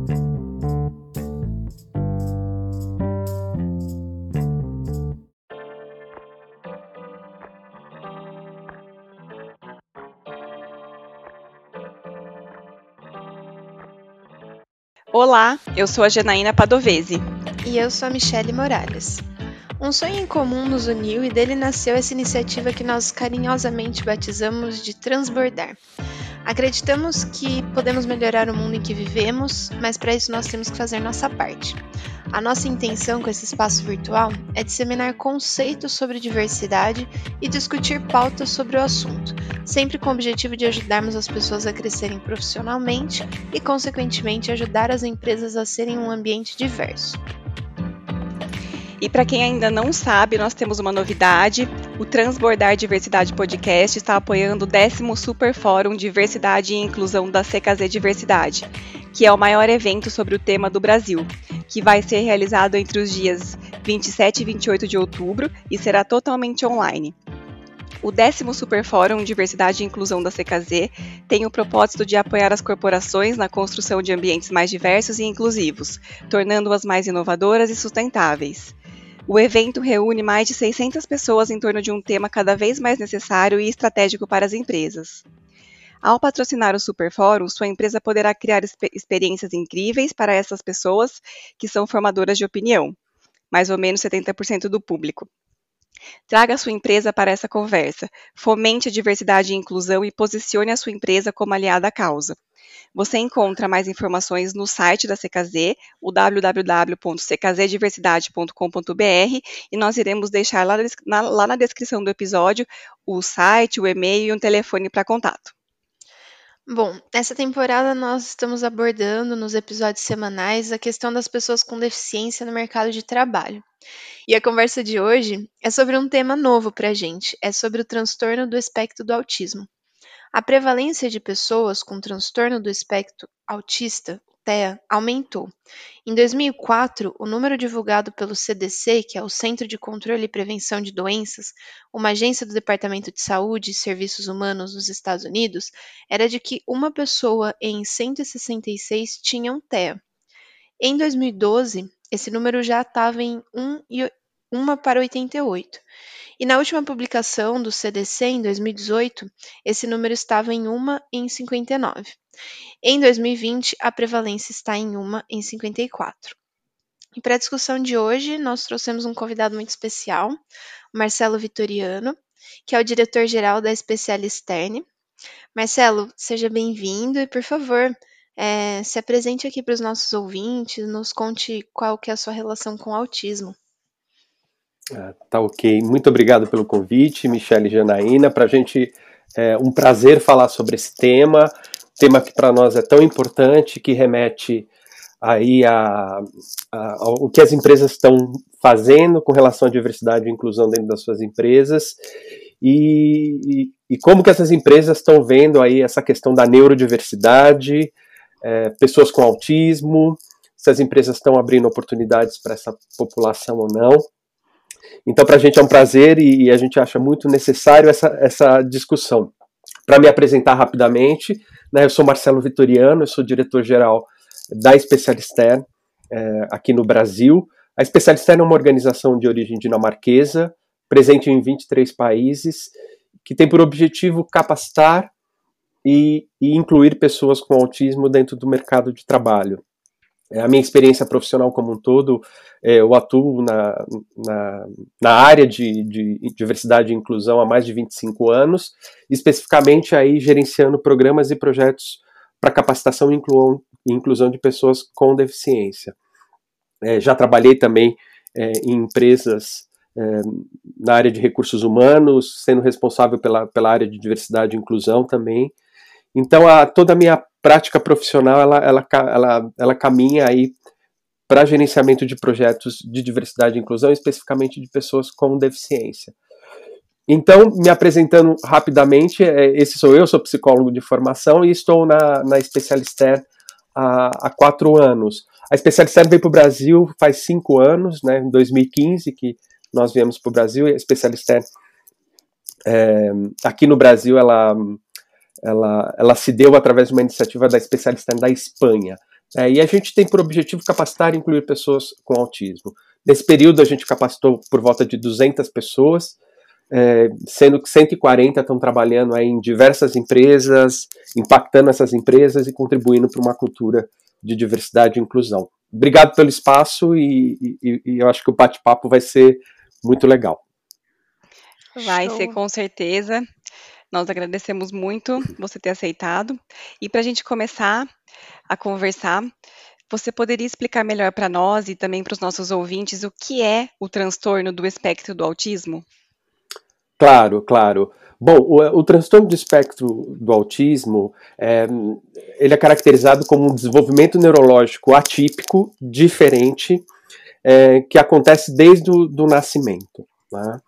Olá, eu sou a Janaína Padovese. E eu sou a Michele Morales. Um sonho em comum nos uniu e dele nasceu essa iniciativa que nós carinhosamente batizamos de Transbordar. Acreditamos que podemos melhorar o mundo em que vivemos, mas para isso nós temos que fazer nossa parte. A nossa intenção com esse espaço virtual é disseminar conceitos sobre diversidade e discutir pautas sobre o assunto, sempre com o objetivo de ajudarmos as pessoas a crescerem profissionalmente e, consequentemente, ajudar as empresas a serem um ambiente diverso. E para quem ainda não sabe, nós temos uma novidade. O Transbordar Diversidade Podcast está apoiando o 10º Super Fórum Diversidade e Inclusão da CKZ Diversidade, que é o maior evento sobre o tema do Brasil, que vai ser realizado entre os dias 27 e 28 de outubro e será totalmente online. O 10º Super Fórum Diversidade e Inclusão da CKZ tem o propósito de apoiar as corporações na construção de ambientes mais diversos e inclusivos, tornando-as mais inovadoras e sustentáveis. O evento reúne mais de 600 pessoas em torno de um tema cada vez mais necessário e estratégico para as empresas. Ao patrocinar o Super Fórum, sua empresa poderá criar experiências incríveis para essas pessoas que são formadoras de opinião, mais ou menos 70% do público. Traga a sua empresa para essa conversa, fomente a diversidade e inclusão e posicione a sua empresa como aliada à causa. Você encontra mais informações no site da CKZ, o www.ckzdiversidade.com.br, e nós iremos deixar lá na descrição do episódio o site, o e-mail e um telefone para contato. Bom, nessa temporada nós estamos abordando nos episódios semanais a questão das pessoas com deficiência no mercado de trabalho. E a conversa de hoje é sobre um tema novo para a gente, é sobre o transtorno do espectro do autismo. A prevalência de pessoas com transtorno do espectro autista, TEA, aumentou. Em 2004, o número divulgado pelo CDC, que é o Centro de Controle e Prevenção de Doenças, uma agência do Departamento de Saúde e Serviços Humanos dos Estados Unidos, era de que uma pessoa em 166 tinha um TEA. Em 2012, esse número já estava em 1 para 88. E na última publicação do CDC, em 2018, esse número estava em 1 em 59. Em 2020, a prevalência está em 1 em 54. E para a discussão de hoje, nós trouxemos um convidado muito especial, o Marcelo Vitoriano, que é o diretor-geral da Specialisterne. Marcelo, seja bem-vindo e, por favor, se apresente aqui para os nossos ouvintes, nos conte qual que é a sua relação com o autismo. Tá ok. Muito obrigado pelo convite, Michele e Janaína. Para a gente é um prazer falar sobre esse tema que para nós é tão importante, que remete aí ao que as empresas estão fazendo com relação à diversidade e inclusão dentro das suas empresas e como que essas empresas estão vendo aí essa questão da neurodiversidade, pessoas com autismo, se as empresas estão abrindo oportunidades para essa população ou não. Então, para a gente é um prazer e a gente acha muito necessário essa discussão. Para me apresentar rapidamente, né, eu sou Marcelo Vitoriano, eu sou diretor-geral da Specialisterne aqui no Brasil. A Specialisterne é uma organização de origem dinamarquesa, presente em 23 países, que tem por objetivo capacitar e incluir pessoas com autismo dentro do mercado de trabalho. A minha experiência profissional como um todo, eu atuo na área de diversidade e inclusão há mais de 25 anos, especificamente aí gerenciando programas e projetos para capacitação e inclusão de pessoas com deficiência. Já trabalhei também em empresas na área de recursos humanos, sendo responsável pela área de diversidade e inclusão também. Então, toda a minha prática profissional, ela caminha aí para gerenciamento de projetos de diversidade e inclusão, especificamente de pessoas com deficiência. Então, me apresentando rapidamente, esse sou eu, sou psicólogo de formação e estou na Specialisterne há 4 anos. A Specialisterne veio para o Brasil faz 5 anos, né, em 2015, que nós viemos para o Brasil, e a Specialisterne, aqui no Brasil, ela se deu através de uma iniciativa da Specialisterne da Espanha. E a gente tem por objetivo capacitar e incluir pessoas com autismo. Nesse período, a gente capacitou por volta de 200 pessoas, sendo que 140 estão trabalhando aí em diversas empresas, impactando essas empresas e contribuindo para uma cultura de diversidade e inclusão. Obrigado pelo espaço e eu acho que o bate-papo vai ser muito legal. Vai ser, com certeza. Nós agradecemos muito você ter aceitado. E para a gente começar a conversar, você poderia explicar melhor para nós e também para os nossos ouvintes o que é o transtorno do espectro do autismo? Claro, claro. Bom, o transtorno do espectro do autismo, ele é caracterizado como um desenvolvimento neurológico atípico, diferente, que acontece desde o nascimento. Né?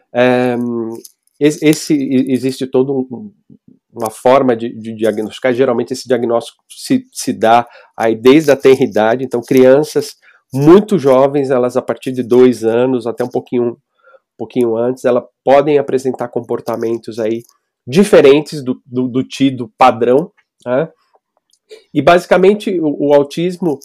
Existe toda uma forma de diagnosticar. Geralmente esse diagnóstico se dá aí desde a tenra idade. Então, crianças muito jovens, elas a partir de 2 anos, até um pouquinho antes, elas podem apresentar comportamentos aí diferentes do tido padrão. Né? E basicamente o autismo,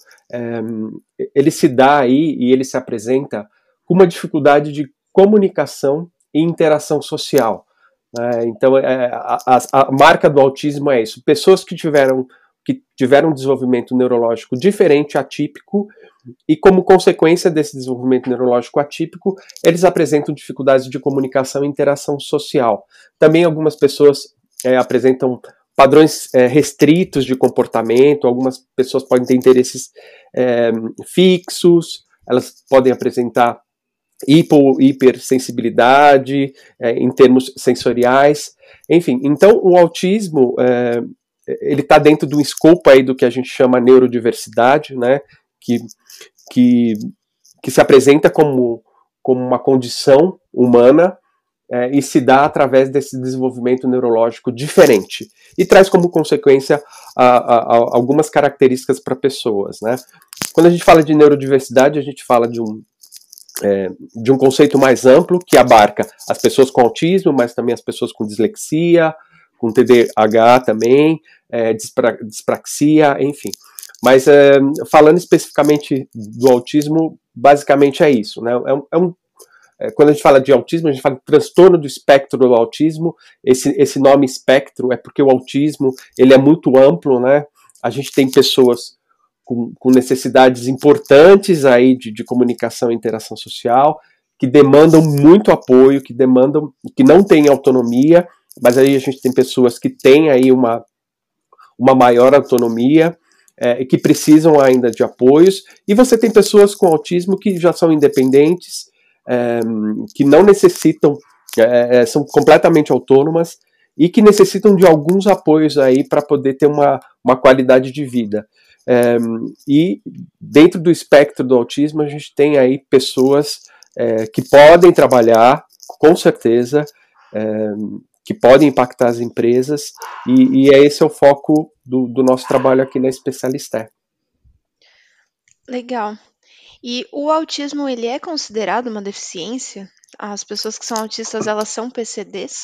ele se dá aí e ele se apresenta com uma dificuldade de comunicação e interação social. Então, a marca do autismo é isso. Pessoas que tiveram um desenvolvimento neurológico diferente, atípico, e como consequência desse desenvolvimento neurológico atípico, eles apresentam dificuldades de comunicação e interação social. Também algumas pessoas apresentam padrões restritos de comportamento, algumas pessoas podem ter interesses fixos, elas podem apresentar hipersensibilidade em termos sensoriais, enfim. Então, o autismo, ele está dentro do escopo aí do que a gente chama neurodiversidade, né, que se apresenta como uma condição humana e se dá através desse desenvolvimento neurológico diferente e traz como consequência algumas características para pessoas, né? Quando a gente fala de neurodiversidade, a gente fala de um conceito mais amplo que abarca as pessoas com autismo, mas também as pessoas com dislexia, com TDAH também, dispraxia, enfim. Mas falando especificamente do autismo, basicamente é isso, né? Quando a gente fala de autismo, a gente fala de transtorno do espectro do autismo. Esse nome espectro é porque o autismo ele é muito amplo, né? A gente tem pessoas com necessidades importantes aí de comunicação e interação social, que demandam muito apoio, que não têm autonomia, mas aí a gente tem pessoas que têm aí uma maior autonomia, e que precisam ainda de apoios, e você tem pessoas com autismo que já são independentes, que não necessitam, são completamente autônomas, e que necessitam de alguns apoios aí para poder ter uma qualidade de vida. E dentro do espectro do autismo, a gente tem aí pessoas que podem trabalhar, com certeza, que podem impactar as empresas, e esse é o foco do nosso trabalho aqui na Especialisté. Legal. E o autismo, ele é considerado uma deficiência? As pessoas que são autistas, elas são PCDs?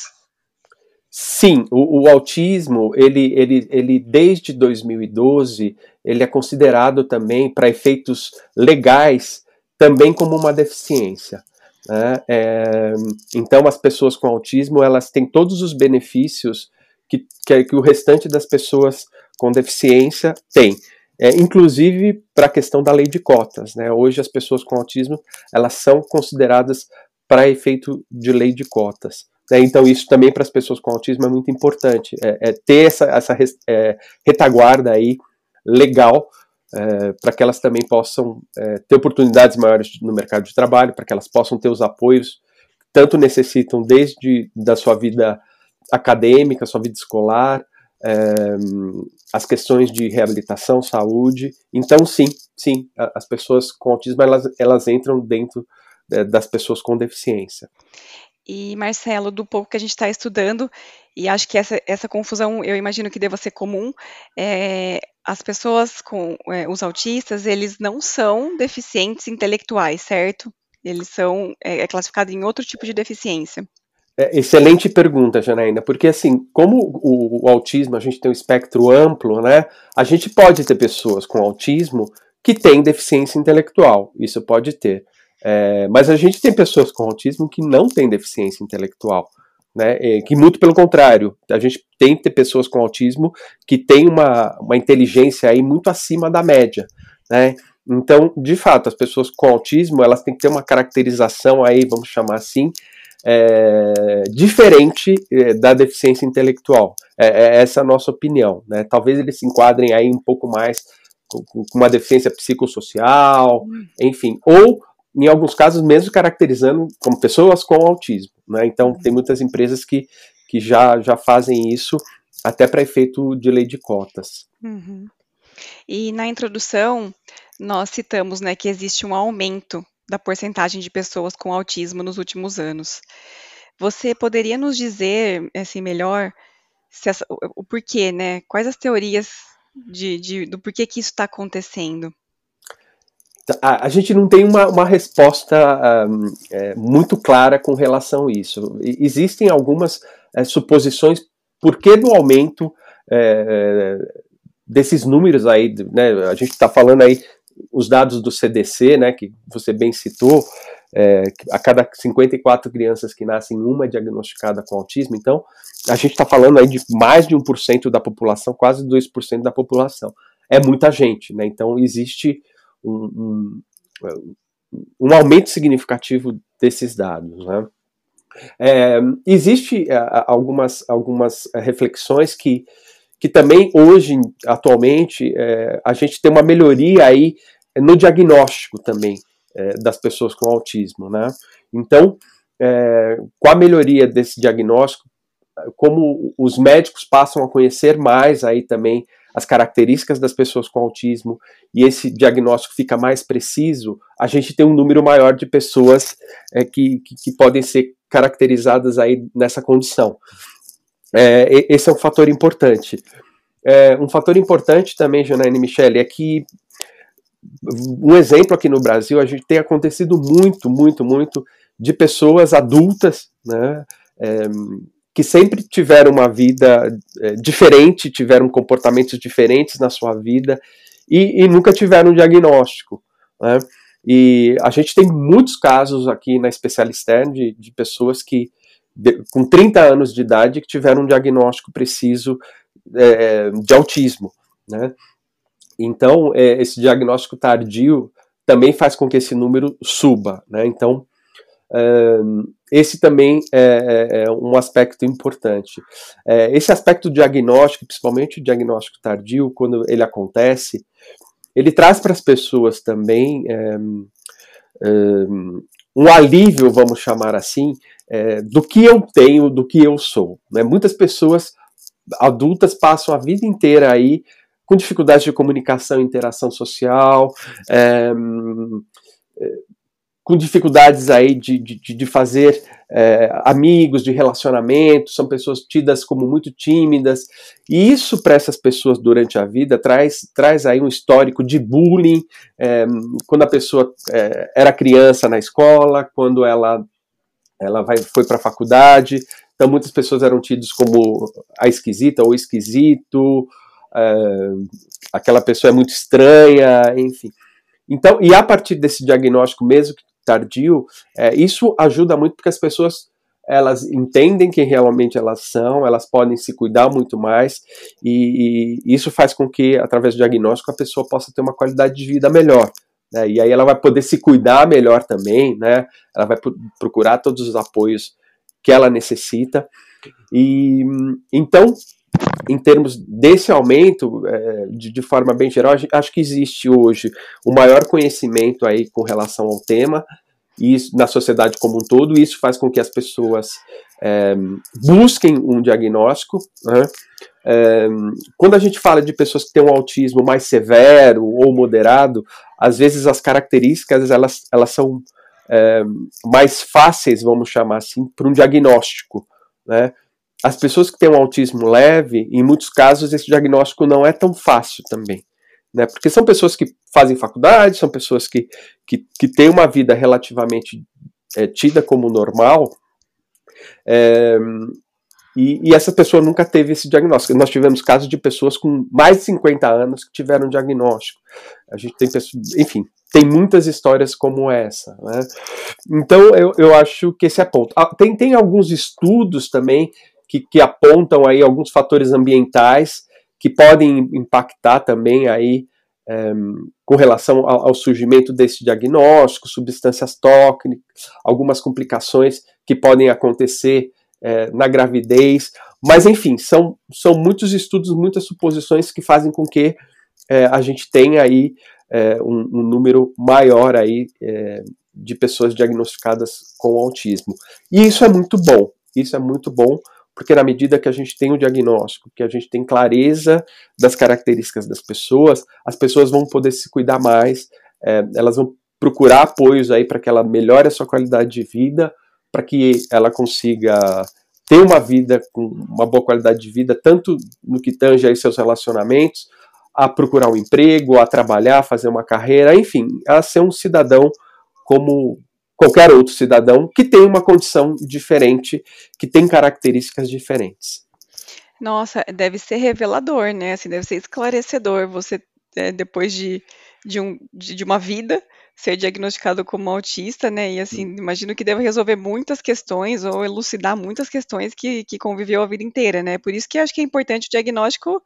Sim, o autismo, ele desde 2012, ele é considerado também, para efeitos legais, também como uma deficiência. Né? Então, as pessoas com autismo, elas têm todos os benefícios que o restante das pessoas com deficiência tem. Inclusive para a questão da lei de cotas. Né? Hoje, as pessoas com autismo, elas são consideradas para efeito de lei de cotas. Então, isso também para as pessoas com autismo é muito importante, ter essa retaguarda aí legal, para que elas também possam ter oportunidades maiores no mercado de trabalho, para que elas possam ter os apoios que tanto necessitam desde da sua vida acadêmica, sua vida escolar, as questões de reabilitação, saúde. Então, sim, as pessoas com autismo, elas entram dentro das pessoas com deficiência. E, Marcelo, do pouco que a gente está estudando, e acho que essa confusão, eu imagino que deva ser comum, as pessoas os autistas, eles não são deficientes intelectuais, certo? Eles são classificados em outro tipo de deficiência. Excelente pergunta, Janaína, porque assim, como o autismo, a gente tem um espectro amplo, né? A gente pode ter pessoas com autismo que têm deficiência intelectual, isso pode ter. Mas a gente tem pessoas com autismo que não têm deficiência intelectual, né? Que muito pelo contrário, a gente tem que ter pessoas com autismo que têm uma inteligência aí muito acima da média, né? Então, de fato, as pessoas com autismo, elas têm que ter uma caracterização aí, vamos chamar assim, diferente da deficiência intelectual. Essa é a nossa opinião, né? Talvez eles se enquadrem aí um pouco mais com uma deficiência psicossocial, enfim, ou em alguns casos mesmo caracterizando como pessoas com autismo, né? Então tem muitas empresas que já fazem isso até para efeito de lei de cotas. Uhum. E na introdução nós citamos, né, que existe um aumento da porcentagem de pessoas com autismo nos últimos anos. Você poderia nos dizer, assim, melhor o porquê, né? Quais as teorias do porquê que isso está acontecendo? A gente não tem uma resposta muito clara com relação a isso. Existem algumas suposições por que do aumento desses números aí, né? A gente está falando aí os dados do CDC, né, que você bem citou, a cada 54 crianças que nascem, uma é diagnosticada com autismo. Então, a gente está falando aí de mais de 1% da população, quase 2% da população. É muita gente, né? Então, existe um aumento significativo desses dados, né? Existe algumas reflexões que também hoje, atualmente, a gente tem uma melhoria aí no diagnóstico também das pessoas com autismo, né? Então, com a melhoria desse diagnóstico, como os médicos passam a conhecer mais aí também as características das pessoas com autismo e esse diagnóstico fica mais preciso, a gente tem um número maior de pessoas que podem ser caracterizadas aí nessa condição. Esse é um fator importante. Um fator importante também, Janaína e Michele, é que um exemplo aqui no Brasil, a gente tem acontecido muito de pessoas adultas, né, que sempre tiveram uma vida diferente, tiveram comportamentos diferentes na sua vida e nunca tiveram um diagnóstico, né? E a gente tem muitos casos aqui na Specialisterne de pessoas que com 30 anos de idade que tiveram um diagnóstico preciso de autismo, né? Então, esse diagnóstico tardio também faz com que esse número suba, né? Então, esse também é um aspecto importante. Esse aspecto diagnóstico, principalmente o diagnóstico tardio, quando ele acontece, ele traz para as pessoas também um alívio, vamos chamar assim, do que eu tenho, do que eu sou, né? Muitas pessoas adultas passam a vida inteira aí com dificuldades de comunicação e interação social, com dificuldades aí de fazer amigos, de relacionamento, são pessoas tidas como muito tímidas, e isso para essas pessoas durante a vida traz aí um histórico de bullying, quando a pessoa era criança na escola, quando ela foi para a faculdade. Então muitas pessoas eram tidas como a esquisita ou esquisito, aquela pessoa é muito estranha, enfim. Então, e a partir desse diagnóstico mesmo tardio, isso ajuda muito porque as pessoas elas entendem quem realmente elas são, elas podem se cuidar muito mais e isso faz com que, através do diagnóstico, a pessoa possa ter uma qualidade de vida melhor, né? E aí ela vai poder se cuidar melhor também, né? Ela vai procurar todos os apoios que ela necessita. E então, em termos desse aumento, de forma bem geral, acho que existe hoje um maior conhecimento aí com relação ao tema, e isso, na sociedade como um todo, e isso faz com que as pessoas busquem um diagnóstico, né? Quando a gente fala de pessoas que têm um autismo mais severo ou moderado, às vezes as características elas são mais fáceis, vamos chamar assim, para um diagnóstico, né? As pessoas que têm um autismo leve, em muitos casos, esse diagnóstico não é tão fácil também, né? Porque são pessoas que fazem faculdade, são pessoas que têm uma vida relativamente tida como normal, E essa pessoa nunca teve esse diagnóstico. Nós tivemos casos de pessoas com mais de 50 anos que tiveram diagnóstico. A gente tem pessoas, enfim, tem muitas histórias como essa, né? Então eu acho que esse é ponto. Tem alguns estudos também que apontam aí alguns fatores ambientais que podem impactar também aí com relação ao surgimento desse diagnóstico, substâncias tóxicas, algumas complicações que podem acontecer na gravidez, mas enfim, são muitos estudos, muitas suposições que fazem com que a gente tenha aí um número maior aí de pessoas diagnosticadas com autismo. E isso é muito bom, porque na medida que a gente tem o diagnóstico, que a gente tem clareza das características das pessoas, as pessoas vão poder se cuidar mais, elas vão procurar apoios aí para que ela melhore a sua qualidade de vida, para que ela consiga ter uma vida com uma boa qualidade de vida, tanto no que tange aí seus relacionamentos, a procurar um emprego, a trabalhar, a fazer uma carreira, enfim, a ser um cidadão como qualquer outro cidadão que tem uma condição diferente, que tem características diferentes. Nossa, deve ser revelador, né? Assim, deve ser esclarecedor você, depois de uma vida, ser diagnosticado como autista, né? E assim, imagino que deve resolver muitas questões ou elucidar muitas questões que conviveu a vida inteira, né? Por isso que acho que é importante o diagnóstico,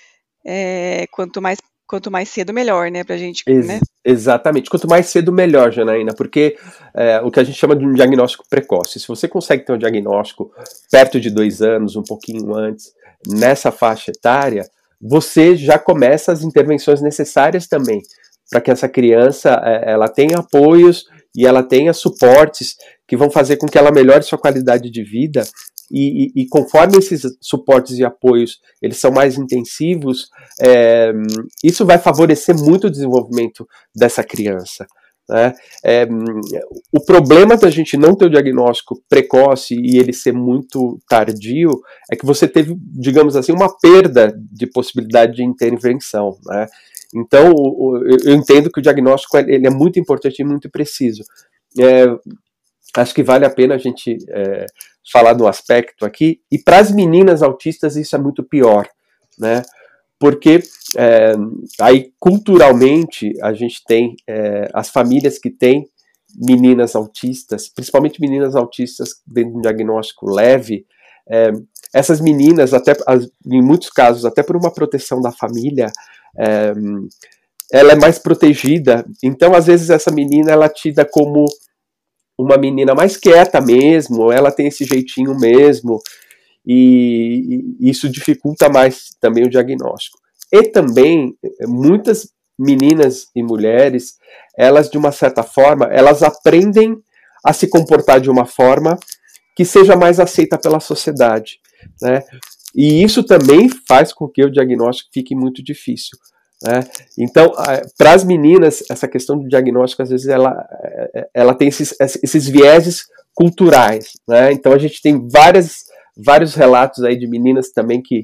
quanto mais cedo, melhor, né? Pra gente, né? Exatamente. Quanto mais cedo, melhor, Janaína, porque o que a gente chama de um diagnóstico precoce. Se você consegue ter um diagnóstico perto de 2 anos, um pouquinho antes, nessa faixa etária, você já começa as intervenções necessárias também para que essa criança ela tenha apoios e ela tenha suportes que vão fazer com que ela melhore sua qualidade de vida e conforme esses suportes e apoios eles são mais intensivos, isso vai favorecer muito o desenvolvimento dessa criança, né? O problema da gente não ter o diagnóstico precoce e ele ser muito tardio é que você teve, digamos assim, uma perda de possibilidade de intervenção, né? Então, eu entendo que o diagnóstico ele é muito importante e muito preciso. Acho que vale a pena a gente falar do aspecto aqui. E para as meninas autistas isso é muito pior, né? Porque aí culturalmente a gente tem as famílias que têm meninas autistas, principalmente meninas autistas dentro de um diagnóstico leve, essas meninas, até em muitos casos, até por uma proteção da família, ela é mais protegida, então às vezes essa menina ela é tida como uma menina mais quieta mesmo, ela tem esse jeitinho mesmo, e isso dificulta mais também o diagnóstico. E também, muitas meninas e mulheres, elas de uma certa forma, elas aprendem a se comportar de uma forma que seja mais aceita pela sociedade, né? E isso também faz com que o diagnóstico fique muito difícil, né? Então, para as meninas, essa questão do diagnóstico, às vezes, ela tem esses vieses culturais, né? Então, a gente tem vários relatos aí de meninas também que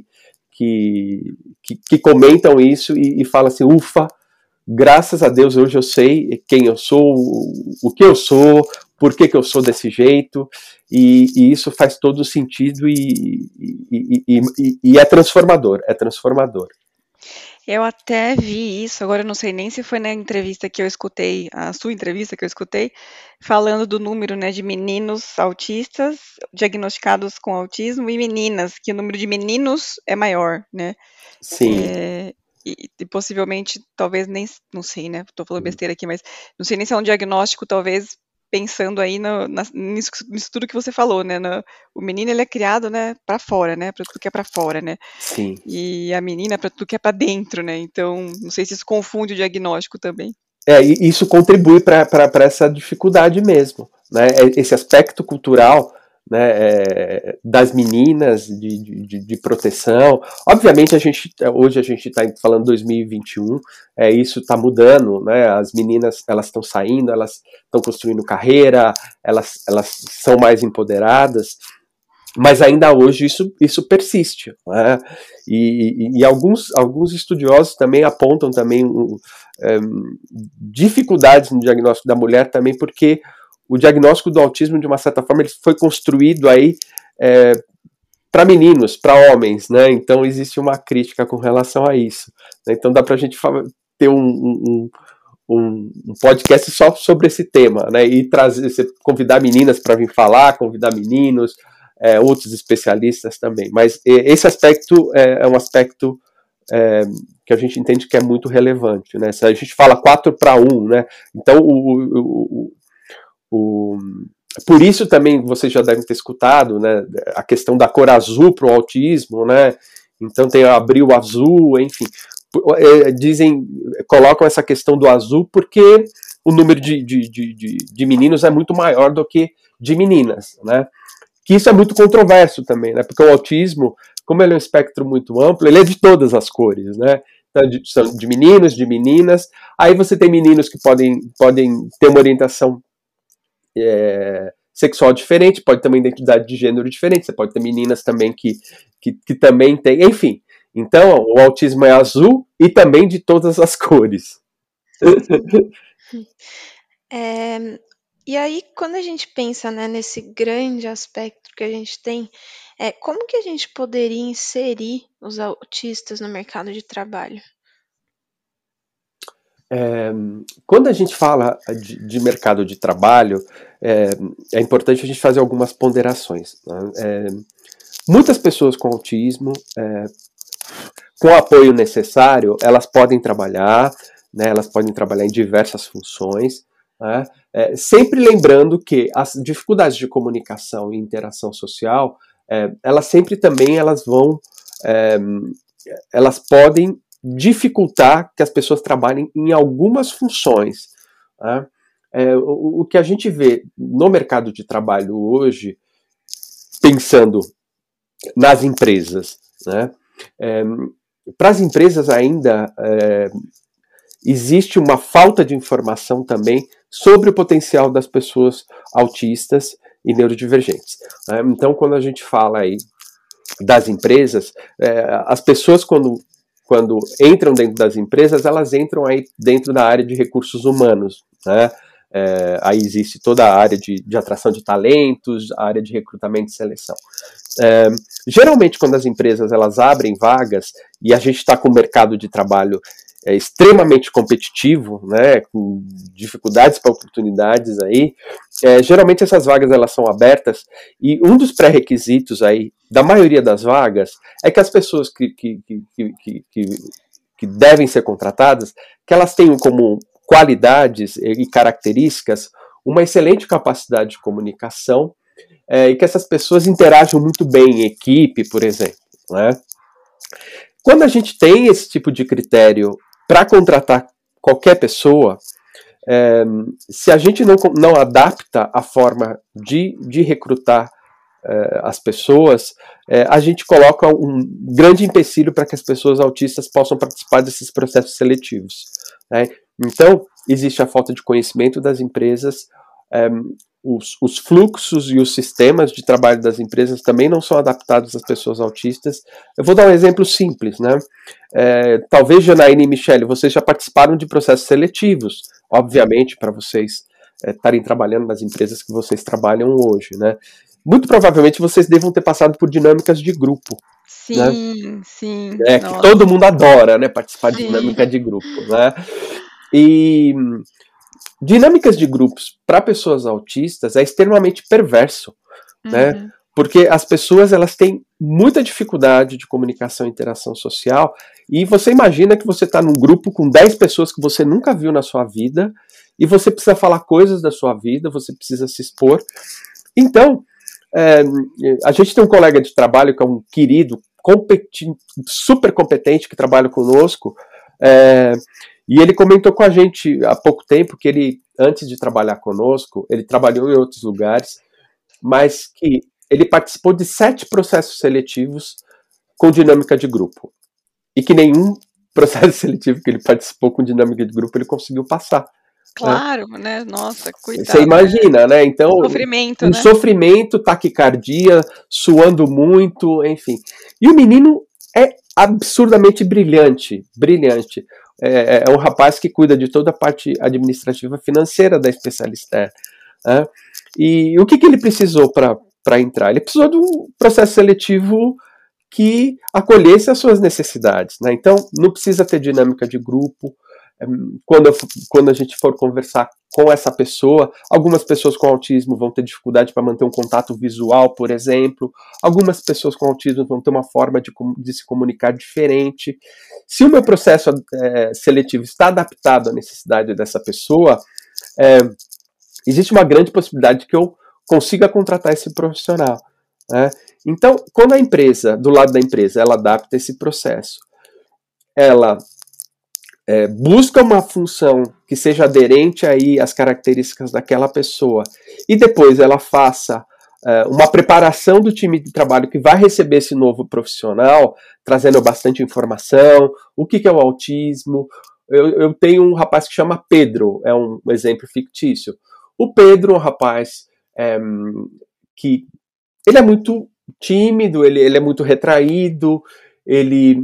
comentam isso e falam assim, ufa, graças a Deus hoje eu sei quem eu sou, o que eu sou, por que eu sou desse jeito, e isso faz todo sentido e é transformador, Eu até vi isso, agora eu não sei nem se foi na entrevista que eu escutei, a sua entrevista que eu escutei, falando do número, né, de meninos autistas diagnosticados com autismo e meninas, que o número de meninos é maior, né? Sim. E possivelmente, talvez nem, não sei, né? Tô falando besteira aqui, mas não sei nem se é um diagnóstico, talvez, pensando aí nisso tudo que você falou, né? O menino, ele é criado, né, para fora, né? Para tudo que é para fora, né? Sim. E a menina para tudo que é para dentro, né? Então, não sei se isso confunde o diagnóstico também. E isso contribui para essa dificuldade mesmo, né? Esse aspecto cultural, né, das meninas, de proteção. Obviamente, hoje a gente está falando 2021, isso está mudando, né? As meninas elas estão saindo, elas estão construindo carreira, elas são mais empoderadas, mas ainda hoje isso persiste, né? E alguns estudiosos também apontam também dificuldades no diagnóstico da mulher também, porque o diagnóstico do autismo, de uma certa forma, ele foi construído aí para meninos, para homens, né? Então existe uma crítica com relação a isso. Né? Então dá para a gente ter um podcast só sobre esse tema, né? E convidar meninas para vir falar, convidar meninos, outros especialistas também. Mas esse aspecto é um aspecto que a gente entende que é muito relevante, né? Se a gente fala 4-1, né? Então por isso também vocês já devem ter escutado, né, a questão da cor azul para o autismo, né? Então tem o abril azul, enfim. Colocam essa questão do azul porque o número de meninos é muito maior do que de meninas, né? Que isso é muito controverso também, né? Porque o autismo, como ele é um espectro muito amplo, ele é de todas as cores, né? Então, são de meninos, de meninas. Aí você tem meninos que podem ter uma orientação sexual diferente, pode ter uma identidade de gênero diferente, você pode ter meninas também que também tem, enfim. Então, o autismo é azul e também de todas as cores. E aí, quando a gente pensa, né, nesse grande aspecto que a gente tem, como que a gente poderia inserir os autistas no mercado de trabalho? Quando a gente fala de mercado de trabalho, é importante a gente fazer algumas ponderações. Né? Muitas pessoas com autismo, com o apoio necessário, elas podem trabalhar, né? Elas podem trabalhar em diversas funções, né? Sempre lembrando que as dificuldades de comunicação e interação social, elas sempre também elas podem dificultar que as pessoas trabalhem em algumas funções. Né? O que a gente vê no mercado de trabalho hoje, pensando nas empresas, né? Para as empresas ainda existe uma falta de informação também sobre o potencial das pessoas autistas e neurodivergentes. Né? Então, quando a gente fala aí das empresas, as pessoas quando entram dentro das empresas, elas entram aí dentro da área de recursos humanos, né? Aí existe toda a área de atração de talentos, a área de recrutamento e seleção. Geralmente, quando as empresas elas abrem vagas, e a gente está com o mercado de trabalho extremamente competitivo, né, com dificuldades para oportunidades aí, geralmente essas vagas elas são abertas, e um dos pré-requisitos aí da maioria das vagas é que as pessoas que devem ser contratadas, que elas tenham como qualidades e características uma excelente capacidade de comunicação, e que essas pessoas interajam muito bem em equipe, por exemplo. Né? Quando a gente tem esse tipo de critério para contratar qualquer pessoa, se a gente não adapta a forma de recrutar as pessoas, a gente coloca um grande empecilho para que as pessoas autistas possam participar desses processos seletivos. Né? Então, existe a falta de conhecimento das empresas, os fluxos e os sistemas de trabalho das empresas também não são adaptados às pessoas autistas. Eu vou dar um exemplo simples, né? Talvez, Janaína e Michele, vocês já participaram de processos seletivos, obviamente, para vocês estarem trabalhando nas empresas que vocês trabalham hoje, né? Muito provavelmente vocês devam ter passado por dinâmicas de grupo. Sim, né? sim. Que todo mundo adora, né? Participar de dinâmica de grupo, né? E dinâmicas de grupos para pessoas autistas é extremamente perverso, né? Porque as pessoas elas têm muita dificuldade de comunicação e interação social, e você imagina que você está num grupo com 10 pessoas que você nunca viu na sua vida, e você precisa falar coisas da sua vida, você precisa se expor. Então, a gente tem um colega de trabalho que é um querido, super competente, que trabalha conosco, e ele comentou com a gente há pouco tempo que ele, antes de trabalhar conosco, ele trabalhou em outros lugares, mas que ele participou de 7 processos seletivos com dinâmica de grupo. E que nenhum processo seletivo que ele participou com dinâmica de grupo ele conseguiu passar. Claro, né? Nossa, cuidado. Você imagina, né? Então, sofrimento, um né? sofrimento, taquicardia, suando muito, enfim. E o menino é absurdamente brilhante. É um rapaz que cuida de toda a parte administrativa financeira da Specialisté. né? E o que ele precisou para entrar? Ele precisou de um processo seletivo que acolhesse as suas necessidades, né? Então, não precisa ter dinâmica de grupo. Quando a gente for conversar com essa pessoa, algumas pessoas com autismo vão ter dificuldade para manter um contato visual, por exemplo. Algumas pessoas com autismo vão ter uma forma de se comunicar diferente. Se o meu processo seletivo está adaptado à necessidade dessa pessoa, existe uma grande possibilidade de que eu consiga contratar esse profissional, né? Então, quando a empresa, do lado da empresa, ela adapta esse processo, ela busca uma função que seja aderente aí às características daquela pessoa e depois ela faça uma preparação do time de trabalho que vai receber esse novo profissional, trazendo bastante informação, o que é o autismo. Eu tenho um rapaz que chama Pedro, é um exemplo fictício. O Pedro é um rapaz que ele é muito tímido, ele é muito retraído, ele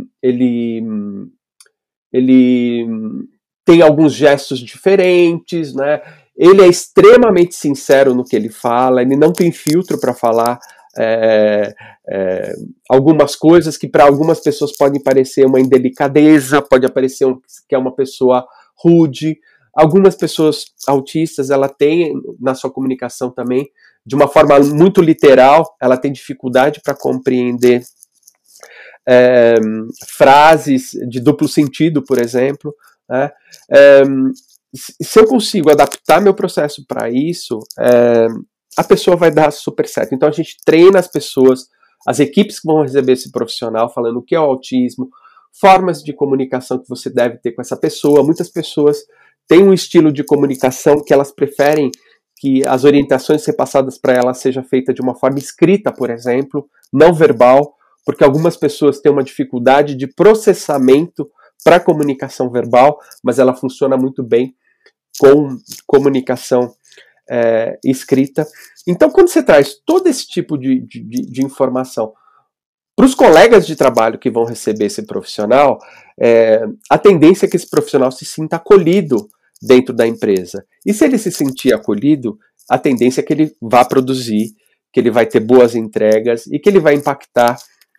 tem alguns gestos diferentes, né? Ele é extremamente sincero no que ele fala, ele não tem filtro para falar algumas coisas que para algumas pessoas podem parecer uma indelicadeza, pode parecer que é uma pessoa rude. Algumas pessoas autistas, ela tem na sua comunicação também, de uma forma muito literal, ela tem dificuldade para compreender frases de duplo sentido, por exemplo, né? Se eu consigo adaptar meu processo para isso, a pessoa vai dar super certo. Então a gente treina as pessoas, as equipes que vão receber esse profissional, falando o que é o autismo, formas de comunicação que você deve ter com essa pessoa. Muitas pessoas têm um estilo de comunicação que elas preferem que as orientações repassadas para elas seja feita de uma forma escrita, por exemplo, não verbal, porque algumas pessoas têm uma dificuldade de processamento para comunicação verbal, mas ela funciona muito bem com comunicação escrita. Então, quando você traz todo esse tipo de informação para os colegas de trabalho que vão receber esse profissional, a tendência é que esse profissional se sinta acolhido dentro da empresa. E se ele se sentir acolhido, a tendência é que ele vá produzir, que ele vai ter boas entregas e que ele vai impactar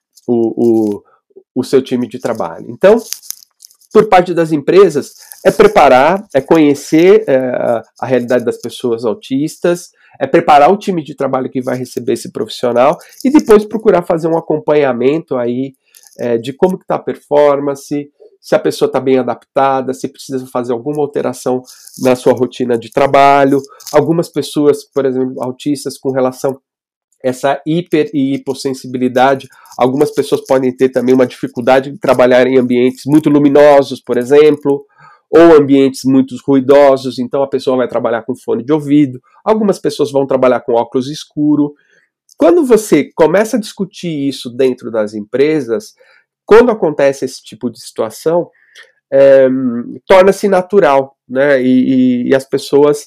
o seu time de trabalho. Então, por parte das empresas, é preparar, é conhecer a realidade das pessoas autistas, é preparar o time de trabalho que vai receber esse profissional e depois procurar fazer um acompanhamento aí de como que está a performance, se a pessoa está bem adaptada, se precisa fazer alguma alteração na sua rotina de trabalho. Algumas pessoas, por exemplo, autistas, com relação a essa hiper e hipossensibilidade, algumas pessoas podem ter também uma dificuldade de trabalhar em ambientes muito luminosos, por exemplo, ou ambientes muito ruidosos, então a pessoa vai trabalhar com fone de ouvido. Algumas pessoas vão trabalhar com óculos escuro. Quando você começa a discutir isso dentro das empresas, quando acontece esse tipo de situação, torna-se natural, né? E as pessoas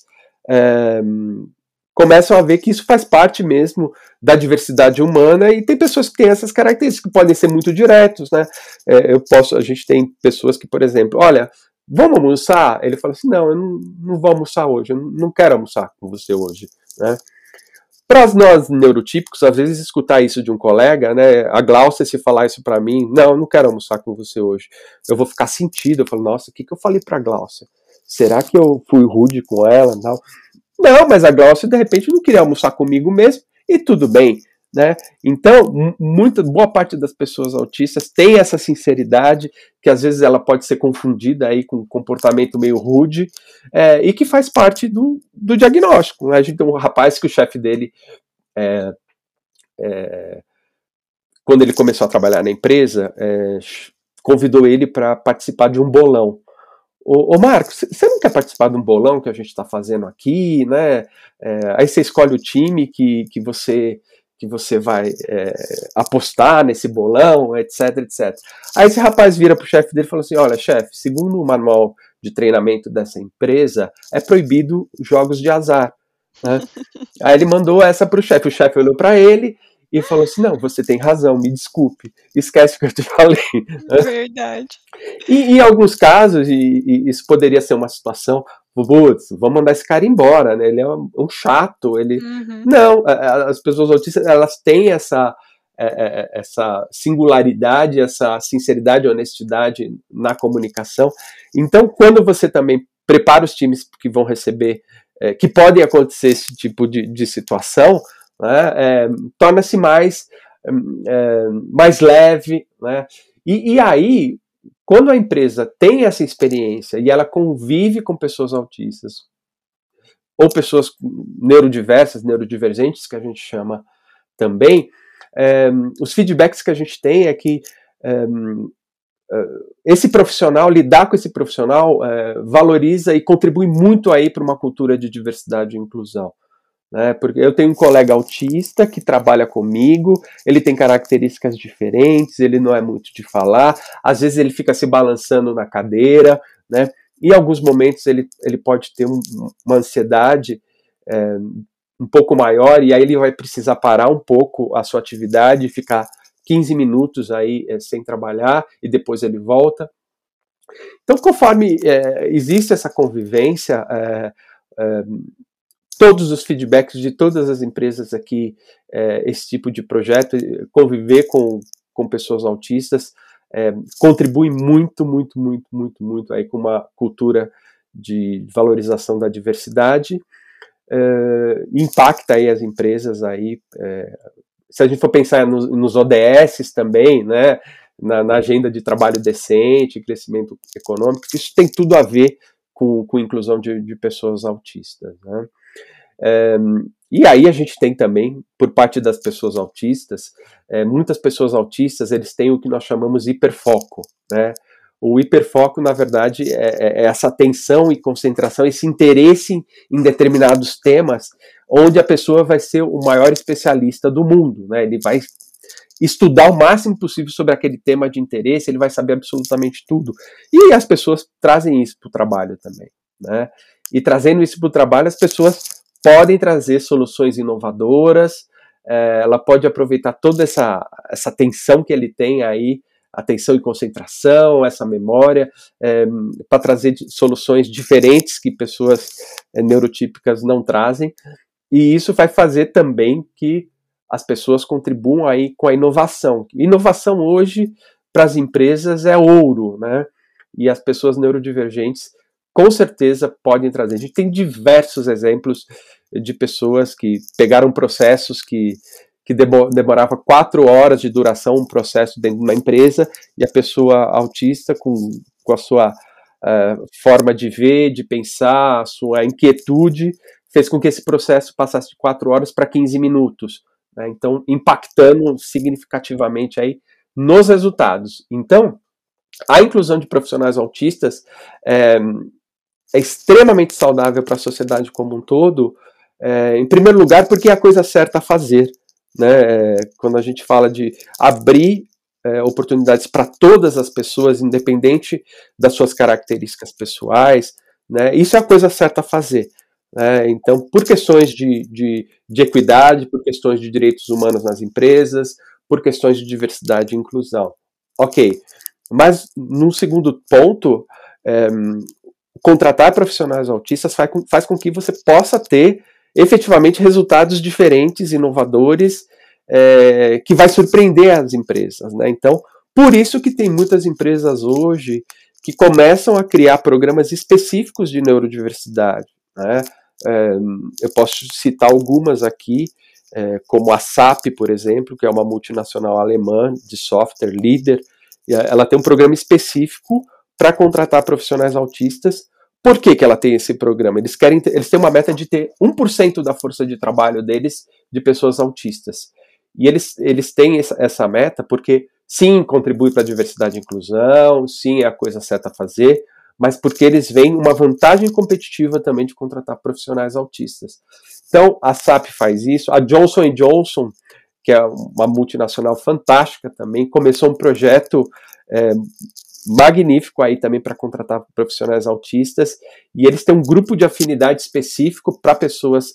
começam a ver que isso faz parte mesmo da diversidade humana, e tem pessoas que têm essas características, que podem ser muito diretos, né? A gente tem pessoas que, por exemplo, olha, vamos almoçar? Ele fala assim, não, eu não vou almoçar hoje, eu não quero almoçar com você hoje, né? Para nós neurotípicos, às vezes escutar isso de um colega, né, a Glaucia se falar isso para mim, não quero almoçar com você hoje, eu vou ficar sentido, eu falo, nossa, o que eu falei para a Glaucia? Será que eu fui rude com ela? Não, mas a Glaucia de repente não queria almoçar comigo mesmo, e tudo bem, né? Então, boa parte das pessoas autistas tem essa sinceridade, que às vezes ela pode ser confundida aí com um comportamento meio rude, e que faz parte do diagnóstico, né? A gente tem um rapaz que o chefe dele, quando ele começou a trabalhar na empresa, convidou ele para participar de um bolão. Ô Marcos, você não quer participar de um bolão que a gente está fazendo aqui, né? Aí você escolhe o time que você vai apostar nesse bolão, etc, etc. Aí esse rapaz vira pro chefe dele e fala assim, olha, chefe, segundo o manual de treinamento dessa empresa, é proibido jogos de azar, né? Aí ele mandou essa pro chefe, o chefe olhou para ele e falou assim, não, você tem razão, me desculpe, esquece o que eu te falei. Verdade. E em alguns casos, e isso poderia ser uma situação, putz, vamos mandar esse cara embora, né? Ele é um chato, ele... Não, as pessoas autistas, elas têm essa singularidade, essa sinceridade e honestidade na comunicação. Então, quando você também prepara os times que vão receber, que podem acontecer esse tipo de situação, né, torna-se mais leve, né? E aí, quando a empresa tem essa experiência e ela convive com pessoas autistas, ou pessoas neurodiversas, neurodivergentes, que a gente chama também, os feedbacks que a gente tem é que esse profissional, lidar com esse profissional, valoriza e contribui muito aí para uma cultura de diversidade e inclusão. Né? Porque eu tenho um colega autista que trabalha comigo, ele tem características diferentes, ele não é muito de falar, às vezes ele fica se balançando na cadeira, né? Em alguns momentos ele pode ter uma ansiedade um pouco maior, e aí ele vai precisar parar um pouco a sua atividade, ficar 15 minutos aí sem trabalhar, e depois ele volta. Então, conforme existe essa convivência, todos os feedbacks de todas as empresas aqui, esse tipo de projeto, conviver com pessoas autistas, contribui muito, muito, muito, muito, muito aí com uma cultura de valorização da diversidade, impacta aí as empresas aí, se a gente for pensar nos ODS também, né, na agenda de trabalho decente, crescimento econômico, isso tem tudo a ver com inclusão de pessoas autistas, né? E aí a gente tem também, por parte das pessoas autistas, muitas pessoas autistas, eles têm o que nós chamamos hiperfoco, né? O hiperfoco, na verdade, é essa atenção e concentração, esse interesse em determinados temas, onde a pessoa vai ser o maior especialista do mundo, né? Ele vai estudar o máximo possível sobre aquele tema de interesse, ele vai saber absolutamente tudo. E as pessoas trazem isso para o trabalho também, né? E trazendo isso para o trabalho, as pessoas podem trazer soluções inovadoras, ela pode aproveitar toda essa atenção que ele tem aí, atenção e concentração, essa memória, para trazer soluções diferentes que pessoas neurotípicas não trazem, e isso vai fazer também que as pessoas contribuam aí com a inovação. Inovação hoje, para as empresas, é ouro, né? E as pessoas neurodivergentes, com certeza, podem trazer. A gente tem diversos exemplos de pessoas que pegaram processos que demorava 4 horas de duração, um processo dentro de uma empresa, e a pessoa autista, com a sua forma de ver, de pensar, a sua inquietude, fez com que esse processo passasse de 4 horas para 15 minutos. Né? Então, impactando significativamente aí nos resultados. Então, a inclusão de profissionais autistas é extremamente saudável para a sociedade como um todo, em primeiro lugar, porque é a coisa certa a fazer. Né? Quando a gente fala de abrir oportunidades para todas as pessoas, independente das suas características pessoais, né? Isso é a coisa certa a fazer. Né? Então, por questões de equidade, por questões de direitos humanos nas empresas, por questões de diversidade e inclusão. Ok, mas num segundo ponto, contratar profissionais autistas faz com que você possa ter efetivamente resultados diferentes, inovadores, que vai surpreender as empresas. Né? Então, por isso que tem muitas empresas hoje que começam a criar programas específicos de neurodiversidade. Né? Eu posso citar algumas aqui, como a SAP, por exemplo, que é uma multinacional alemã de software, líder. Ela tem um programa específico para contratar profissionais autistas. Por que ela tem esse programa? Eles têm uma meta de ter 1% da força de trabalho deles de pessoas autistas. E eles têm essa meta porque, sim, contribui para a diversidade e inclusão, sim, é a coisa certa a fazer, mas porque eles veem uma vantagem competitiva também de contratar profissionais autistas. Então, a SAP faz isso, a Johnson & Johnson, que é uma multinacional fantástica também, começou um projeto magnífico aí também para contratar profissionais autistas, e eles têm um grupo de afinidade específico para pessoas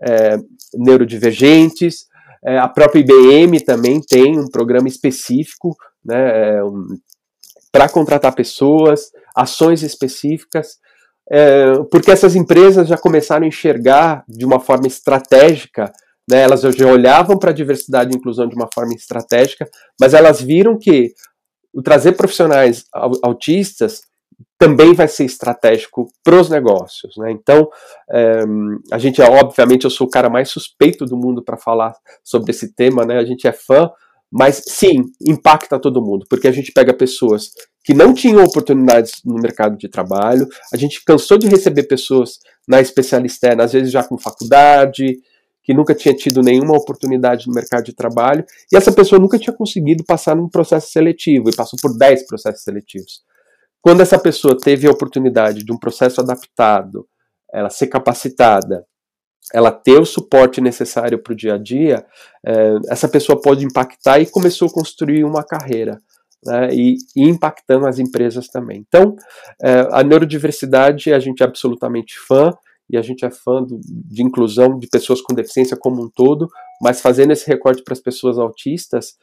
neurodivergentes. A própria IBM também tem um programa específico, né, para contratar pessoas, ações específicas. porque essas empresas já começaram a enxergar de uma forma estratégica, né, elas já olhavam para a diversidade e inclusão de uma forma estratégica, mas elas viram que o trazer profissionais autistas também vai ser estratégico para os negócios, né? Então, a gente, obviamente, eu sou o cara mais suspeito do mundo para falar sobre esse tema, né? A gente é fã, mas sim, impacta todo mundo, porque a gente pega pessoas que não tinham oportunidades no mercado de trabalho, a gente cansou de receber pessoas na especialista externa, às vezes já com faculdade, que nunca tinha tido nenhuma oportunidade no mercado de trabalho, e essa pessoa nunca tinha conseguido passar num processo seletivo, e passou por 10 processos seletivos. Quando essa pessoa teve a oportunidade de um processo adaptado, ela ser capacitada, ela ter o suporte necessário para o dia a dia, essa pessoa pode impactar e começou a construir uma carreira, né, e impactando as empresas também. Então, a neurodiversidade, a gente é absolutamente fã, e a gente é fã de inclusão de pessoas com deficiência como um todo, mas fazendo esse recorte para as pessoas autistas,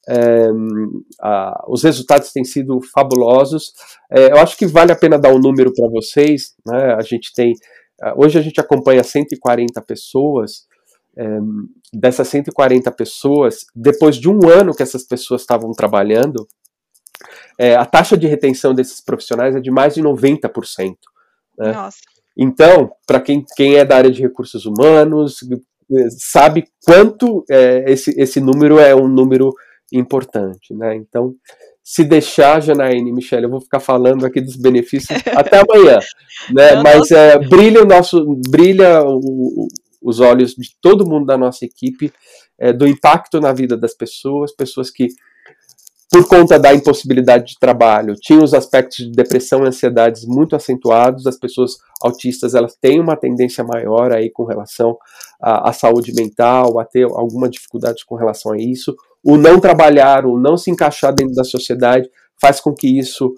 os resultados têm sido fabulosos. Eu acho que vale a pena dar um número para vocês, né? A gente tem, hoje a gente acompanha 140 pessoas, dessas 140 pessoas, depois de um ano que essas pessoas estavam trabalhando, a taxa de retenção desses profissionais é de mais de 90%. Né? Nossa. Então, para quem é da área de recursos humanos, sabe quanto esse número é um número importante, né? Então, se deixar, Janaína e Michele, eu vou ficar falando aqui dos benefícios até amanhã, né? Mas brilha os olhos de todo mundo da nossa equipe, do impacto na vida das pessoas que, por conta da impossibilidade de trabalho, tinham os aspectos de depressão e ansiedades muito acentuados. As pessoas autistas, elas têm uma tendência maior aí com relação à saúde mental, a ter alguma dificuldade com relação a isso. O não trabalhar, o não se encaixar dentro da sociedade, faz com que isso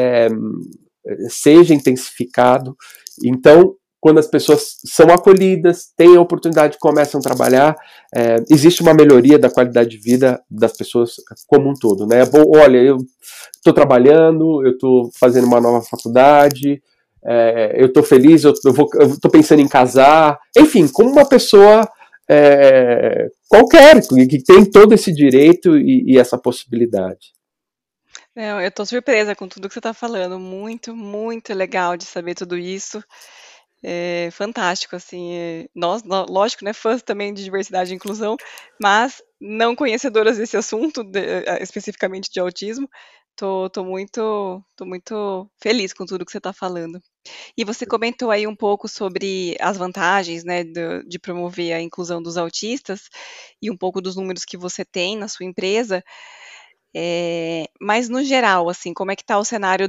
seja intensificado. Então, quando as pessoas são acolhidas, têm a oportunidade, começam a trabalhar, existe uma melhoria da qualidade de vida das pessoas como um todo, né? Bom, olha, eu estou trabalhando, eu estou fazendo uma nova faculdade, eu estou feliz, eu estou pensando em casar, enfim, como uma pessoa qualquer, que tem todo esse direito e essa possibilidade. Eu estou surpresa com tudo que você está falando, muito, muito legal de saber tudo isso. Fantástico, assim, nós, lógico, né, fãs também de diversidade e inclusão, mas não conhecedoras desse assunto, especificamente de autismo, tô muito feliz com tudo que você está falando. E você comentou aí um pouco sobre as vantagens, né, de promover a inclusão dos autistas e um pouco dos números que você tem na sua empresa, mas no geral, assim, como é que está o cenário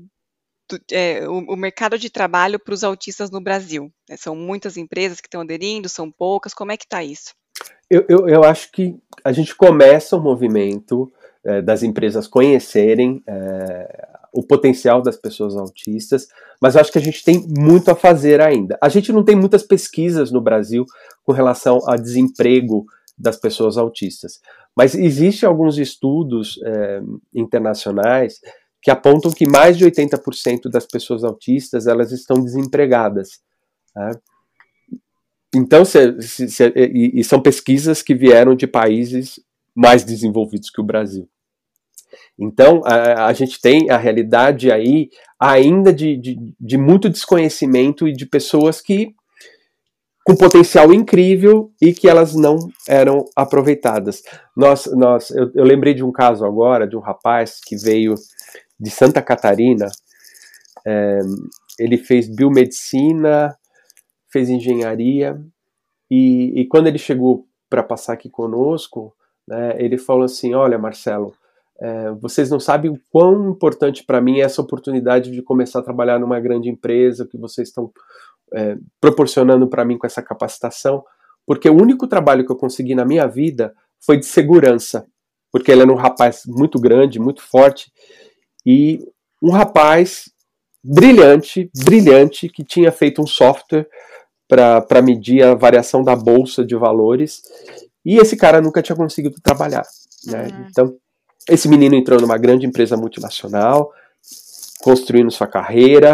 o mercado de trabalho para os autistas no Brasil? São muitas empresas que estão aderindo, são poucas, como é que está isso? Eu acho que a gente começa o movimento das empresas conhecerem o potencial das pessoas autistas, mas eu acho que a gente tem muito a fazer ainda. A gente não tem muitas pesquisas no Brasil com relação ao desemprego das pessoas autistas, mas existem alguns estudos internacionais que apontam que mais de 80% das pessoas autistas, elas estão desempregadas. Né? Então, e são pesquisas que vieram de países mais desenvolvidos que o Brasil. Então, a gente tem a realidade aí ainda de muito desconhecimento e de pessoas com potencial incrível e que elas não eram aproveitadas. Eu lembrei de um caso agora, de um rapaz que veio de Santa Catarina, ele fez biomedicina, fez engenharia, e quando ele chegou para passar aqui conosco, né, ele falou assim, olha, Marcelo, vocês não sabem o quão importante para mim é essa oportunidade de começar a trabalhar numa grande empresa, que vocês estão proporcionando para mim com essa capacitação, porque o único trabalho que eu consegui na minha vida foi de segurança, porque ele era um rapaz muito grande, muito forte, e um rapaz brilhante, que tinha feito um software para medir a variação da bolsa de valores, e esse cara nunca tinha conseguido trabalhar. Né? Então, esse menino entrou numa grande empresa multinacional, construindo sua carreira,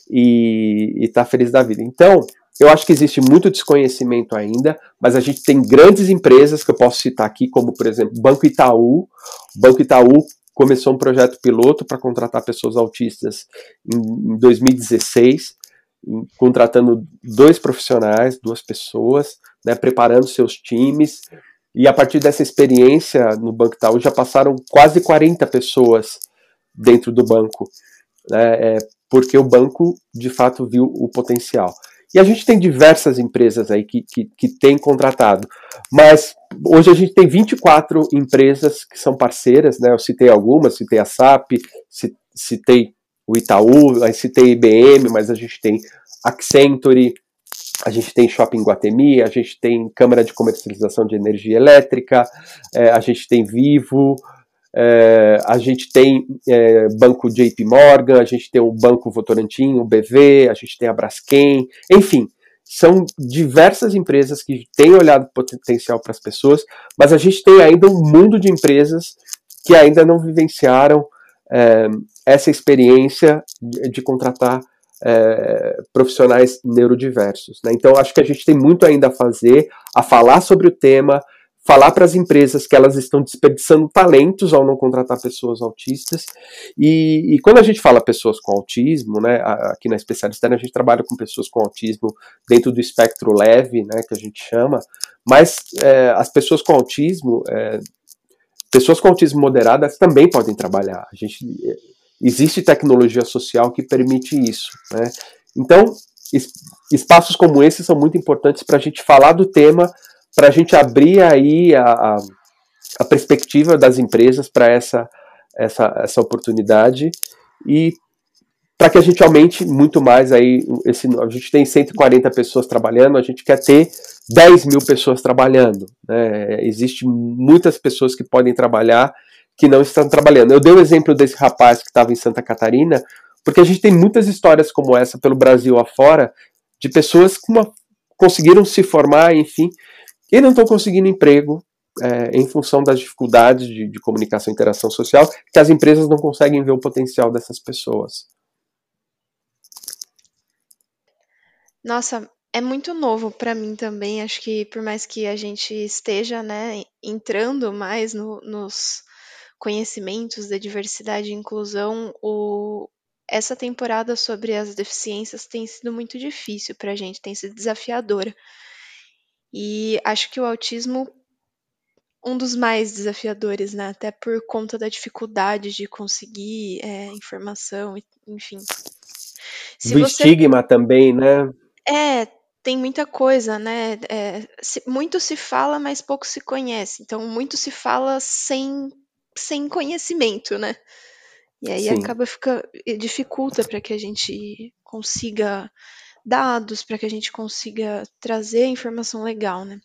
e tá feliz da vida. Então, eu acho que existe muito desconhecimento ainda, mas a gente tem grandes empresas que eu posso citar aqui, como, por exemplo, o Banco Itaú. O Banco Itaú começou um projeto piloto para contratar pessoas autistas em 2016, contratando 2 profissionais, 2 pessoas, né, preparando seus times, e a partir dessa experiência no Banco Itaú já passaram quase 40 pessoas dentro do banco, né, porque o banco de fato viu o potencial. E a gente tem diversas empresas aí que têm contratado, mas hoje a gente tem 24 empresas que são parceiras, né? Eu citei algumas, citei a SAP, citei o Itaú, aí citei IBM, mas a gente tem Accenture, a gente tem Shopping Guatemi, a gente tem Câmara de Comercialização de Energia Elétrica, a gente tem Vivo, a gente tem Banco JP Morgan, a gente tem o Banco Votorantim, o BV, a gente tem a Braskem, enfim, são diversas empresas que têm olhado potencial para as pessoas, mas a gente tem ainda um mundo de empresas que ainda não vivenciaram essa experiência de contratar profissionais neurodiversos, né? Então acho que a gente tem muito ainda a fazer, a falar sobre o tema, falar para as empresas que elas estão desperdiçando talentos ao não contratar pessoas autistas, e quando a gente fala pessoas com autismo, né, aqui na Especialista a gente trabalha com pessoas com autismo dentro do espectro leve, né, que a gente chama, mas as pessoas com autismo moderadas também podem trabalhar. Existe tecnologia social que permite isso, né? Então, espaços como esse são muito importantes para a gente falar do tema, para a gente abrir aí a perspectiva das empresas para essa oportunidade e para que a gente aumente muito mais aí. A gente tem 140 pessoas trabalhando, a gente quer ter 10 mil pessoas trabalhando, né? Existem muitas pessoas que podem trabalhar que não estão trabalhando. Eu dei o exemplo desse rapaz que estava em Santa Catarina, porque a gente tem muitas histórias como essa pelo Brasil afora, de pessoas que conseguiram se formar, enfim, e não estão conseguindo emprego em função das dificuldades de comunicação e interação social, que as empresas não conseguem ver o potencial dessas pessoas. Nossa, é muito novo para mim também. Acho que por mais que a gente esteja, né, entrando mais nos conhecimentos da diversidade e inclusão, essa temporada sobre as deficiências tem sido muito difícil para a gente, tem sido desafiadora. E acho que o autismo, um dos mais desafiadores, né? Até por conta da dificuldade de conseguir informação, enfim. Do estigma também, né? Tem muita coisa, né? Muito se fala, mas pouco se conhece. Então, muito se fala sem conhecimento, né? E aí Sim. dificulta para que a gente consiga dados, para que a gente consiga trazer informação legal, né?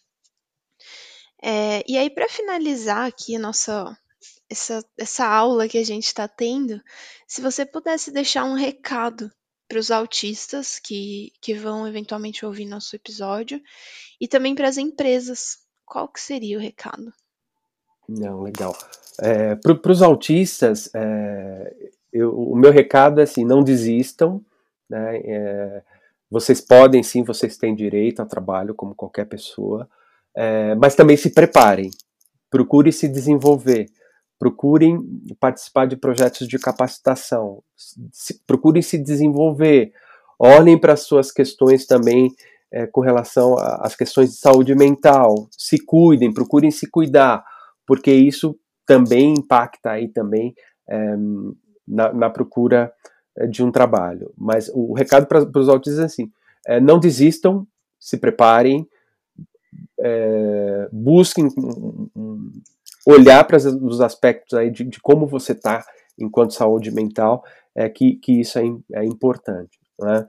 E aí, para finalizar aqui essa aula que a gente está tendo, se você pudesse deixar um recado para os autistas que vão eventualmente ouvir nosso episódio e também para as empresas, qual que seria o recado? Não, legal. Para os autistas, o meu recado é assim, não desistam, né? Vocês podem sim, vocês têm direito ao trabalho como qualquer pessoa, mas também se preparem, procurem se desenvolver, procurem participar de projetos de capacitação, procurem se desenvolver, olhem para as suas questões também com relação às questões de saúde mental, se cuidem, procurem se cuidar, porque isso também impacta aí também na procura de um trabalho. Mas o recado para os autistas é assim, não desistam, se preparem, busquem olhar para os aspectos aí de como você está enquanto saúde mental, que isso é importante, né?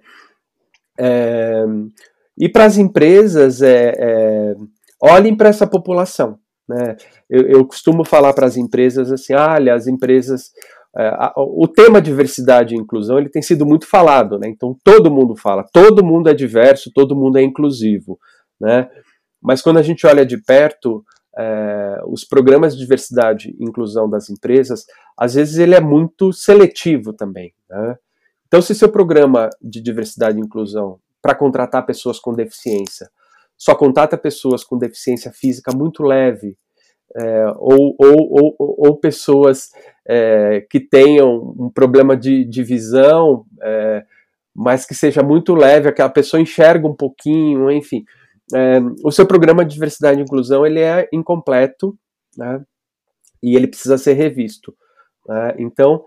E para as empresas, olhem para essa população, né? Eu costumo falar para as empresas assim, olha, as empresas, o tema diversidade e inclusão ele tem sido muito falado, né? Então todo mundo fala, todo mundo é diverso, todo mundo é inclusivo, né? Mas quando a gente olha de perto, os programas de diversidade e inclusão das empresas, às vezes ele é muito seletivo também, né? Então, se seu programa de diversidade e inclusão para contratar pessoas com deficiência só contrata pessoas com deficiência física muito leve, ou pessoas que tenham um problema de visão, mas que seja muito leve, aquela pessoa enxerga um pouquinho, enfim. O seu programa de diversidade e inclusão ele é incompleto, né, e ele precisa ser revisto. Né? Então,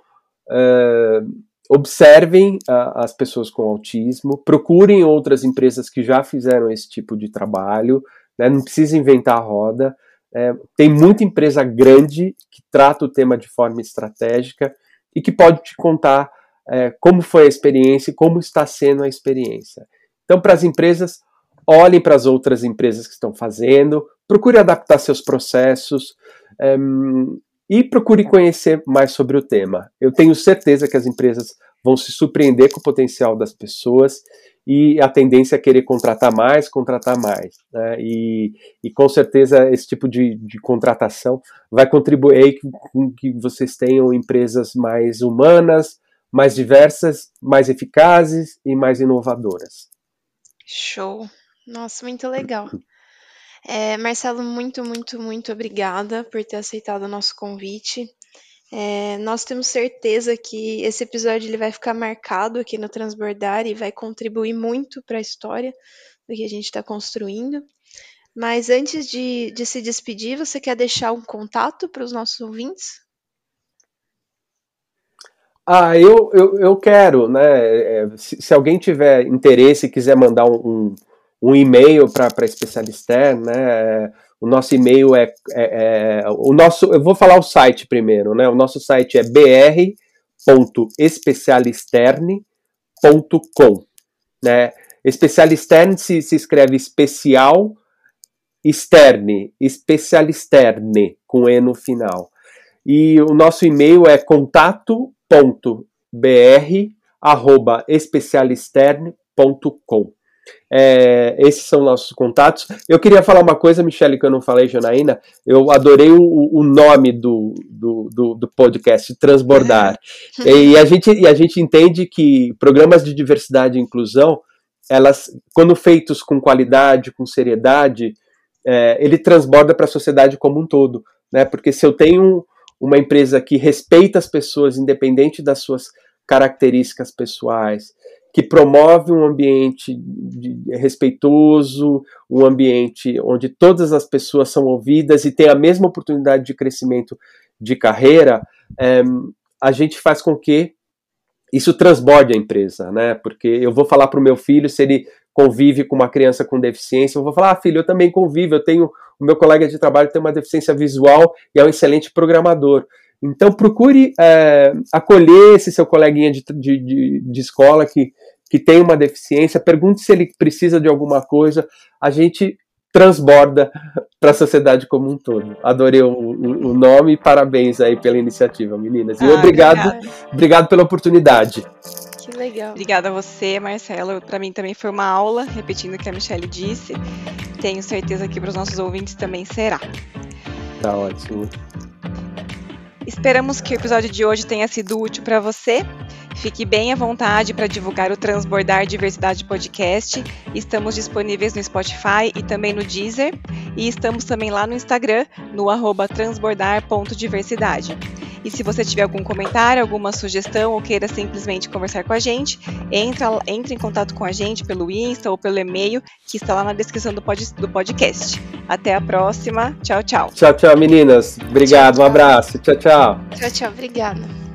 observem as pessoas com autismo, procurem outras empresas que já fizeram esse tipo de trabalho, né, não precisa inventar a roda. Tem muita empresa grande que trata o tema de forma estratégica e que pode te contar como foi a experiência e como está sendo a experiência. Então, para as empresas, olhem para as outras empresas que estão fazendo, procure adaptar seus processos e procure conhecer mais sobre o tema. Eu tenho certeza que as empresas vão se surpreender com o potencial das pessoas e a tendência é querer contratar mais, né? E com certeza esse tipo de contratação vai contribuir com que vocês tenham empresas mais humanas, mais diversas, mais eficazes e mais inovadoras. Show! Nossa, muito legal. Marcelo, muito, muito, muito obrigada por ter aceitado o nosso convite. Nós temos certeza que esse episódio ele vai ficar marcado aqui no Transbordar e vai contribuir muito para a história do que a gente está construindo. Mas antes de se despedir, você quer deixar um contato para os nossos ouvintes? Eu quero, né? Se alguém tiver interesse e quiser mandar um e-mail para a Specialister, né? O nosso e-mail eu vou falar o site primeiro, né? O nosso site é br.specialisterne.com, né? Specialisterne se escreve especial, externe, Specialisterne, com E no final. E o nosso e-mail é contato.br@specialisterne.com. Esses são nossos contatos. Eu queria falar uma coisa, Michele, que eu não falei, Janaína. Eu adorei o nome do podcast, Transbordar. E a gente entende que programas de diversidade e inclusão, elas, quando feitos com qualidade, com seriedade, ele transborda para a sociedade como um todo, né? Porque se eu tenho uma empresa que respeita as pessoas, independente das suas características pessoais, que promove um ambiente respeitoso, um ambiente onde todas as pessoas são ouvidas e têm a mesma oportunidade de crescimento de carreira, a gente faz com que isso transborde a empresa, né? Porque eu vou falar para o meu filho, se ele convive com uma criança com deficiência, eu vou falar, filho, eu também convivo, o meu colega de trabalho tem uma deficiência visual e é um excelente programador. Então procure acolher esse seu coleguinha de escola que tem uma deficiência, pergunte se ele precisa de alguma coisa, a gente transborda para a sociedade como um todo. Adorei o nome e parabéns aí pela iniciativa, meninas. E obrigado pela oportunidade. Que legal. Obrigada a você, Marcelo. Para mim também foi uma aula, repetindo o que a Michele disse. Tenho certeza que para os nossos ouvintes também será. Tá ótimo. Esperamos que o episódio de hoje tenha sido útil para você. Fique bem à vontade para divulgar o Transbordar Diversidade Podcast. Estamos disponíveis no Spotify e também no Deezer. E estamos também lá no Instagram, no @transbordar.diversidade. E se você tiver algum comentário, alguma sugestão ou queira simplesmente conversar com a gente, entre em contato com a gente pelo Insta ou pelo e-mail que está lá na descrição do podcast. Até a próxima. Tchau, tchau. Tchau, tchau, meninas. Obrigado, tchau, tchau. Um abraço. Tchau, tchau. Tchau, tchau. Obrigada.